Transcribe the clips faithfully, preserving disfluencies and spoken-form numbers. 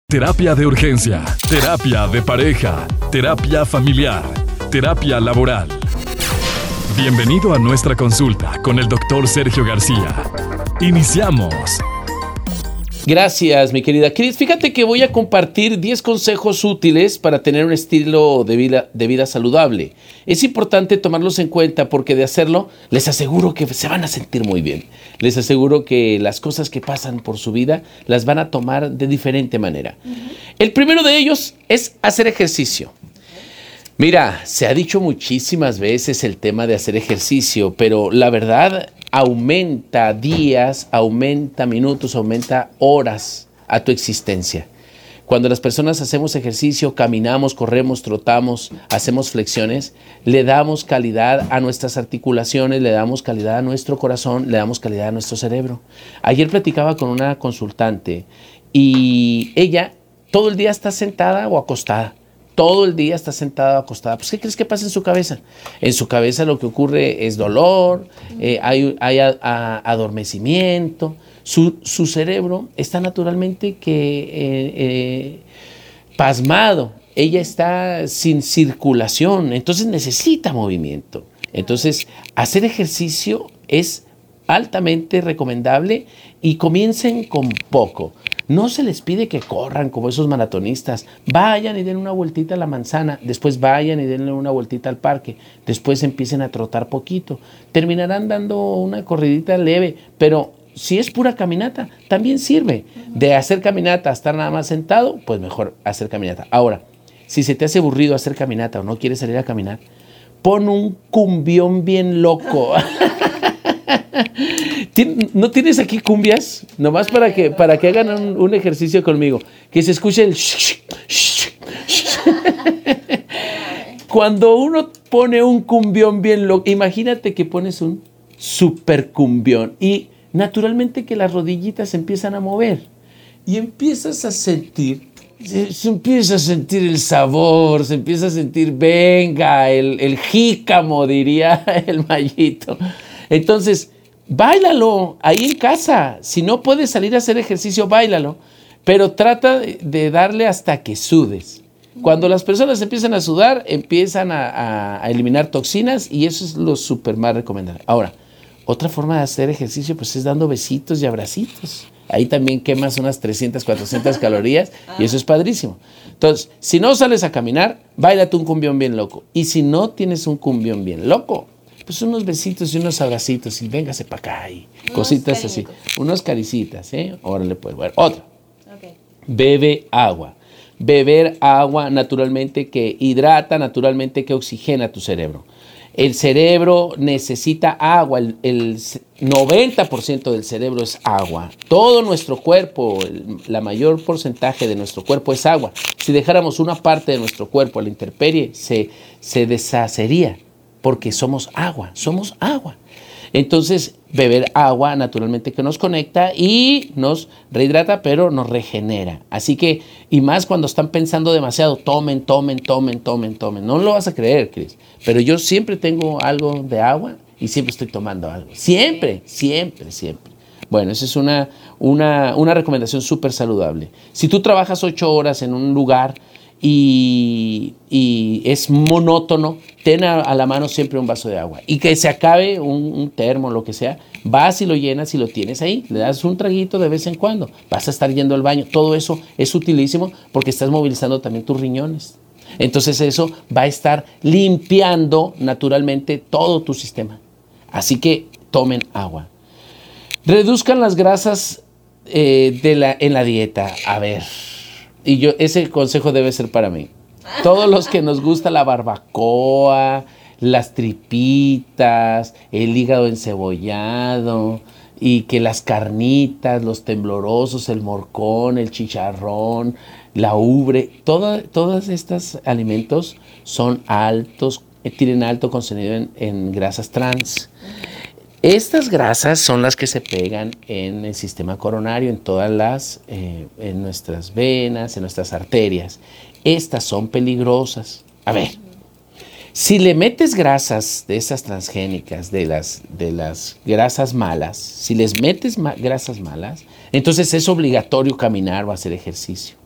Terapia de urgencia, terapia de pareja, terapia familiar, terapia laboral. Bienvenido a nuestra consulta con el doctor Sergio García. Iniciamos. Gracias, mi querida Cris. Fíjate que voy a compartir diez consejos útiles para tener un estilo de vida, de vida saludable. Es importante tomarlos en cuenta porque de hacerlo, les aseguro que se van a sentir muy bien. Les aseguro que las cosas que pasan por su vida las van a tomar de diferente manera. Uh-huh. El primero de ellos es hacer ejercicio. Mira, se ha dicho muchísimas veces el tema de hacer ejercicio, pero la verdad aumenta días, aumenta minutos, aumenta horas a tu existencia. Cuando las personas hacemos ejercicio, caminamos, corremos, trotamos, hacemos flexiones, le damos calidad a nuestras articulaciones, le damos calidad a nuestro corazón, le damos calidad a nuestro cerebro. Ayer platicaba con una consultante y ella todo el día está sentada o acostada. Todo el día está sentada o acostada. Pues, ¿qué crees que pasa en su cabeza? En su cabeza lo que ocurre es dolor, eh, hay, hay a, a, adormecimiento. Su, su cerebro está naturalmente que eh, eh, pasmado. Ella está sin circulación, entonces necesita movimiento. Entonces, hacer ejercicio es altamente recomendable y comiencen con poco. No se les pide que corran como esos maratonistas. Vayan y den una vueltita a la manzana, después vayan y denle una vueltita al parque, después empiecen a trotar poquito. Terminarán dando una corridita leve, pero si es pura caminata, también sirve. De hacer caminata a estar nada más sentado, pues mejor hacer caminata. Ahora, si se te hace aburrido hacer caminata o no quieres salir a caminar, pon un cumbión bien loco. ¿No tienes aquí cumbias? Nomás para que, para que hagan un, un ejercicio conmigo. Que se escuche el... Cuando uno pone un cumbión bien loco, imagínate que pones un super cumbión y naturalmente que las rodillitas se empiezan a mover y empiezas a sentir, se, se empieza a sentir el sabor, se empieza a sentir, venga, el, el jícamo, diría el Mayito. Entonces, báilalo ahí en casa. Si no puedes salir a hacer ejercicio, báilalo. Pero trata de, de darle hasta que sudes. Cuando las personas empiezan a sudar, empiezan a, a, a eliminar toxinas y eso es lo súper más recomendable. Ahora, otra forma de hacer ejercicio pues es dando besitos y abracitos. Ahí también quemas unas trescientas, cuatrocientas calorías y eso es padrísimo. Entonces, si no sales a caminar, báilate un cumbión bien loco. Y si no tienes un cumbión bien loco, pues unos besitos y unos abracitos y véngase para acá y unos cositas cariñicos. Así. Unos caricitas, ¿eh? Órale pues. Bueno, otra. Okay. Bebe agua. Beber agua naturalmente que hidrata, naturalmente que oxigena tu cerebro. El cerebro necesita agua. El, el noventa por ciento del cerebro es agua. Todo nuestro cuerpo, el, la mayor porcentaje de nuestro cuerpo es agua. Si dejáramos una parte de nuestro cuerpo a la intemperie, se, se deshacería. Porque somos agua, somos agua. Entonces, beber agua naturalmente que nos conecta y nos rehidrata, pero nos regenera. Así que, y más cuando están pensando demasiado, tomen, tomen, tomen, tomen, tomen. No lo vas a creer, Cris, pero yo siempre tengo algo de agua y siempre estoy tomando algo. Siempre, siempre, siempre. Bueno, esa es una, una, una recomendación súper saludable. Si tú trabajas ocho horas en un lugar Y, y es monótono, ten a, a la mano siempre un vaso de agua y que se acabe un, un termo, lo que sea, vas y lo llenas y lo tienes ahí, le das un traguito de vez en cuando, vas a estar yendo al baño, todo eso es utilísimo porque estás movilizando también tus riñones, entonces eso va a estar limpiando naturalmente todo tu sistema, así que tomen agua. Reduzcan las grasas eh, de la, en la dieta, a ver... Y yo, ese consejo debe ser para mí. Todos los que nos gusta la barbacoa, las tripitas, el hígado encebollado, y que las carnitas, los temblorosos, el morcón, el chicharrón, la ubre, toda, todos estos alimentos son altos, tienen alto contenido en, en grasas trans. Estas grasas son las que se pegan en el sistema coronario, en todas las, eh, en nuestras venas, en nuestras arterias. Estas son peligrosas. A ver, si le metes grasas de esas transgénicas, de las, de las grasas malas, si les metes ma- grasas malas, entonces es obligatorio caminar o hacer ejercicio.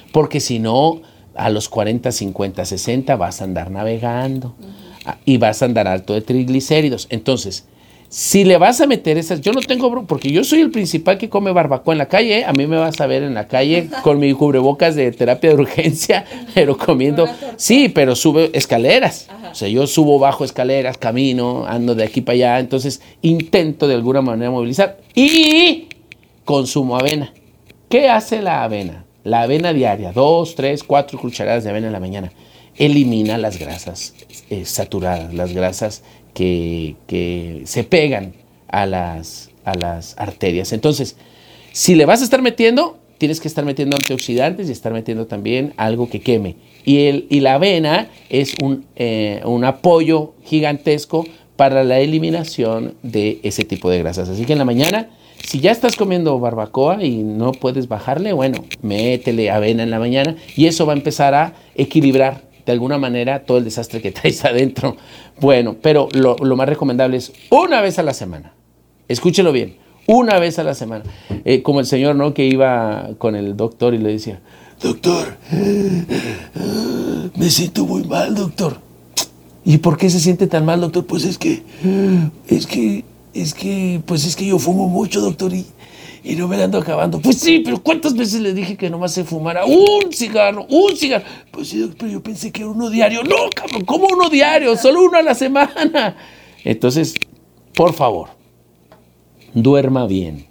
porque si no, a los cuarenta, cincuenta, sesenta vas a andar navegando uh-huh. y vas a andar alto de triglicéridos. Entonces, si le vas a meter esas, yo no tengo, porque yo soy el principal que come barbacoa en la calle, ¿eh? A mí me vas a ver en la calle con mi cubrebocas de terapia de urgencia, pero comiendo, sí, pero sube escaleras, Ajá. o sea, yo subo bajo escaleras, camino, ando de aquí para allá, entonces intento de alguna manera movilizar y consumo avena. ¿Qué hace la avena? La avena diaria, dos, tres, cuatro cucharadas de avena en la mañana, elimina las grasas eh, saturadas, las grasas Que, que se pegan a las, a las arterias. Entonces, si le vas a estar metiendo, tienes que estar metiendo antioxidantes y estar metiendo también algo que queme. Y, el, y la avena es un, eh, un apoyo gigantesco para la eliminación de ese tipo de grasas. Así que en la mañana, si ya estás comiendo barbacoa y no puedes bajarle, bueno, métele avena en la mañana y eso va a empezar a equilibrar de alguna manera todo el desastre que traes adentro. Bueno, pero lo, lo más recomendable es una vez a la semana. Escúchelo bien, una vez a la semana. Eh, como el señor, ¿no? Que iba con el doctor y le decía, doctor, me siento muy mal, doctor. ¿Y por qué se siente tan mal, doctor? Pues es que, es que, es que, pues es que yo fumo mucho, doctor, y, y no me la ando acabando. Pues sí, pero ¿cuántas veces le dije que nomás se fumara un cigarro, un cigarro? Pues sí, pero yo pensé que era uno diario. No, cabrón, ¿cómo uno diario? Solo uno a la semana. Entonces, por favor, duerma bien.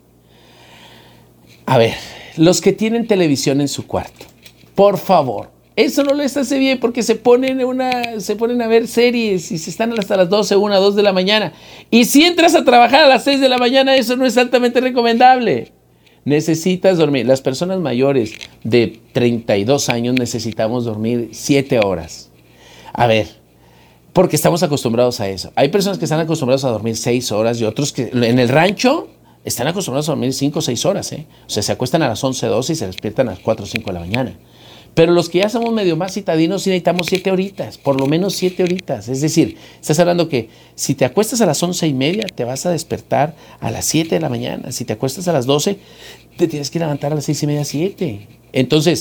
A ver, los que tienen televisión en su cuarto, por favor, eso no les hace bien porque se ponen, una, se ponen a ver series y se están hasta las doce, una, dos de la mañana. Y si entras a trabajar a las seis de la mañana, eso no es altamente recomendable. Necesitas dormir. Las personas mayores de treinta y dos años necesitamos dormir siete horas. A ver, porque estamos acostumbrados a eso. Hay personas que están acostumbrados a dormir seis horas y otros que en el rancho están acostumbrados a dormir cinco o seis horas. ¿eh? O sea, se acuestan a las once, doce y se despiertan a las cuatro o cinco de la mañana. Pero los que ya somos medio más citadinos sí necesitamos siete horitas, por lo menos siete horitas. Es decir, estás hablando que si te acuestas a las once y media, te vas a despertar a las siete de la mañana. Si te acuestas a las doce, te tienes que levantar a las seis y media, siete. Entonces,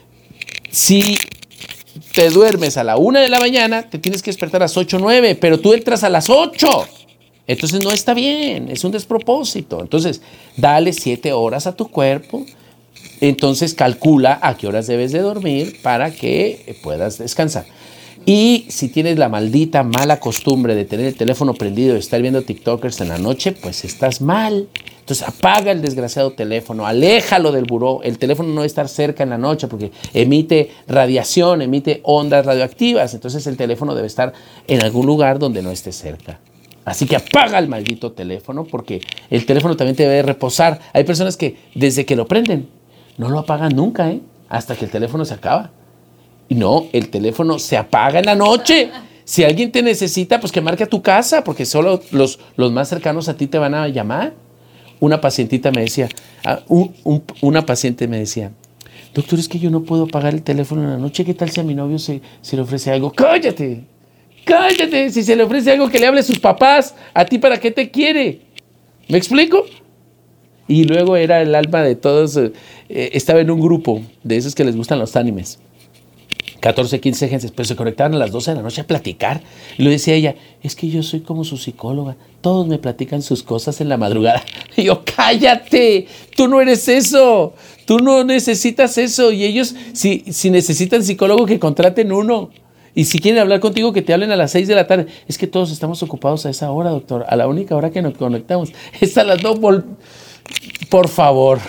si te duermes a la una de la mañana, te tienes que despertar a las ocho o nueve, pero tú entras a las ocho. Entonces no está bien, es un despropósito. Entonces, dale siete horas a tu cuerpo. Entonces calcula a qué horas debes de dormir para que puedas descansar. Y si tienes la maldita mala costumbre de tener el teléfono prendido y estar viendo TikTokers en la noche, pues estás mal. Entonces apaga el desgraciado teléfono, aléjalo del buró. El teléfono no debe estar cerca en la noche porque emite radiación, emite ondas radioactivas. Entonces el teléfono debe estar en algún lugar donde no esté cerca. Así que apaga el maldito teléfono porque el teléfono también te debe reposar. Hay personas que desde que lo prenden, no lo apagan nunca, ¿eh? Hasta que el teléfono se acaba. Y no, el teléfono se apaga en la noche. Si alguien te necesita, pues que marque a tu casa, porque solo los, los más cercanos a ti te van a llamar. Una pacientita me decía, un, un, una paciente me decía, doctor, es que yo no puedo apagar el teléfono en la noche. ¿Qué tal si a mi novio se, se le ofrece algo? ¡Cállate! ¡Cállate! Si se le ofrece algo, que le hable a sus papás. ¿A ti para qué te quiere? ¿Me explico? Y luego era el alma de todos. Eh, estaba en un grupo de esos que les gustan los animes. catorce, quince gentes, pero se conectaban a las doce de la noche a platicar. Y lo decía ella, es que yo soy como su psicóloga. Todos me platican sus cosas en la madrugada. Y yo, cállate, tú no eres eso. Tú no necesitas eso. Y ellos, si, si necesitan psicólogo, que contraten uno. Y si quieren hablar contigo, que te hablen a las seis de la tarde. Es que todos estamos ocupados a esa hora, doctor. A la única hora que nos conectamos es a las dos. Por favor.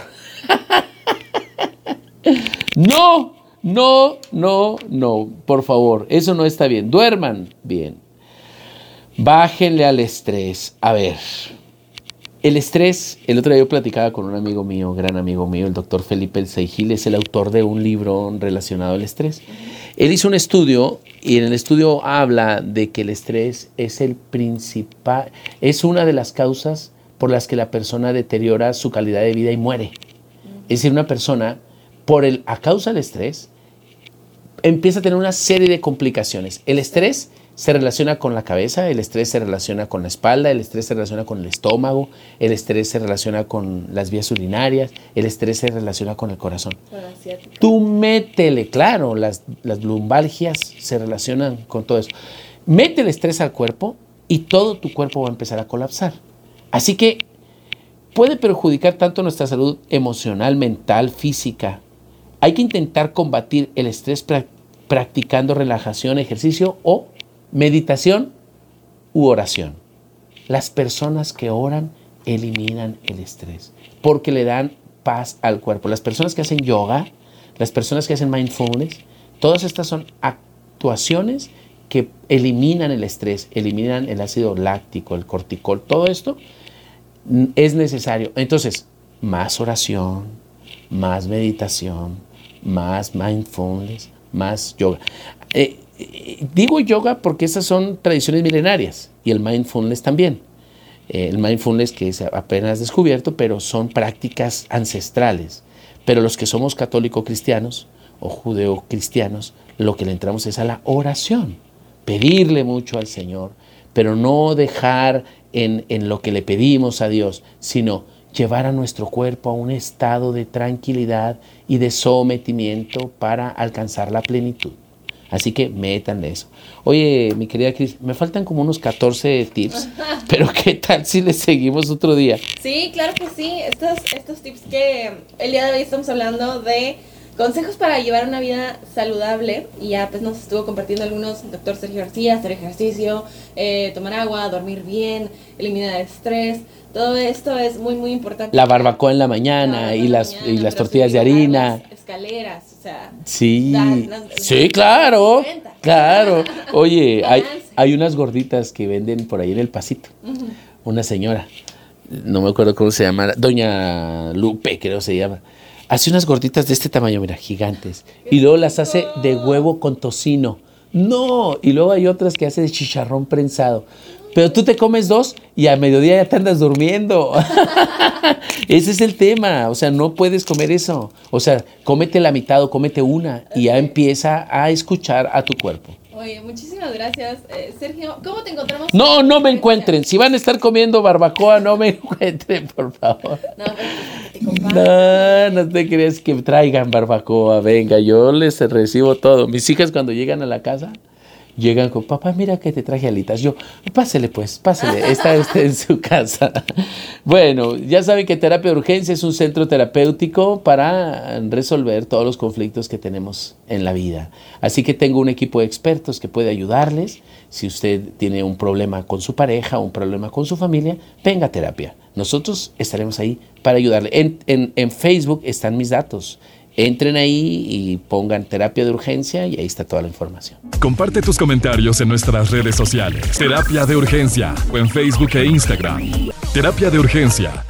No, no, no, no. Por favor, eso no está bien. Duerman bien. Bájenle al estrés. A ver, el estrés, el otro día yo platicaba con un amigo mío, gran amigo mío, el doctor Felipe Seigil, es el autor de un libro relacionado al estrés. Él hizo un estudio y en el estudio habla de que el estrés es el principal, es una de las causas por las que la persona deteriora su calidad de vida y muere. Es decir, una persona, por el, a causa del estrés, empieza a tener una serie de complicaciones. El estrés se relaciona con la cabeza, el estrés se relaciona con la espalda, el estrés se relaciona con el estómago, el estrés se relaciona con las vías urinarias, el estrés se relaciona con el corazón. Tú métele, claro, las, las lumbalgias se relacionan con todo eso. Mete el estrés al cuerpo y todo tu cuerpo va a empezar a colapsar. Así que puede perjudicar tanto nuestra salud emocional, mental, física. Hay que intentar combatir el estrés pra- practicando relajación, ejercicio o meditación u oración. Las personas que oran eliminan el estrés porque le dan paz al cuerpo. Las personas que hacen yoga, las personas que hacen mindfulness, todas estas son actuaciones que eliminan el estrés, eliminan el ácido láctico, el corticol, todo esto es necesario. Entonces, más oración, más meditación, más mindfulness, más yoga. Eh, Digo yoga porque esas son tradiciones milenarias y el mindfulness también. Eh, el mindfulness que es apenas descubierto, pero son prácticas ancestrales. Pero los que somos católico-cristianos o judeo-cristianos, lo que le entramos es a la oración. Pedirle mucho al Señor, pero no dejar en, en lo que le pedimos a Dios, sino llevar a nuestro cuerpo a un estado de tranquilidad y de sometimiento para alcanzar la plenitud. Así que métanle eso. Oye, mi querida Cris, me faltan como unos catorce tips, pero ¿qué tal si les seguimos otro día? Sí, claro que sí. Estos, estos tips que el día de hoy estamos hablando de consejos para llevar una vida saludable. Y ya pues nos estuvo compartiendo algunos, doctor Sergio García, hacer ejercicio, eh, tomar agua, dormir bien, eliminar el estrés. Todo esto es muy, muy importante. La barbacoa en la mañana, y, las, mañana y las tortillas de harina. Las escaleras, o sea. Sí, das, das, sí, das, claro, claro. Oye, hay, hay unas gorditas que venden por ahí en el pasito. Uh-huh. Una señora, no me acuerdo cómo se llama, Doña Lupe creo se llama. Hace unas gorditas de este tamaño, mira, gigantes. Y luego las hace de huevo con tocino. No, y luego hay otras que hace de chicharrón prensado. Pero tú te comes dos y a mediodía ya te andas durmiendo. Ese es el tema. O sea, no puedes comer eso. O sea, cómete la mitad o cómete una y ya empieza a escuchar a tu cuerpo. Oye, muchísimas gracias. Eh, Sergio, ¿cómo te encontramos? No, no me encuentren. Si van a estar comiendo barbacoa, no me encuentren, por favor. No, pero te no, no te creas que traigan barbacoa. Venga, yo les recibo todo. Mis hijas cuando llegan a la casa, llegan con, papá, mira que te traje alitas. Yo, pásele pues, pásele, está usted en su casa. Bueno, ya saben que Terapia de Urgencia es un centro terapéutico para resolver todos los conflictos que tenemos en la vida. Así que tengo un equipo de expertos que puede ayudarles. Si usted tiene un problema con su pareja, un problema con su familia, venga a terapia. Nosotros estaremos ahí para ayudarle. En, en, en Facebook están mis datos. Entren ahí y pongan Terapia de Urgencia y ahí está toda la información. Comparte tus comentarios en nuestras redes sociales. Terapia de Urgencia o en Facebook e Instagram. Terapia de Urgencia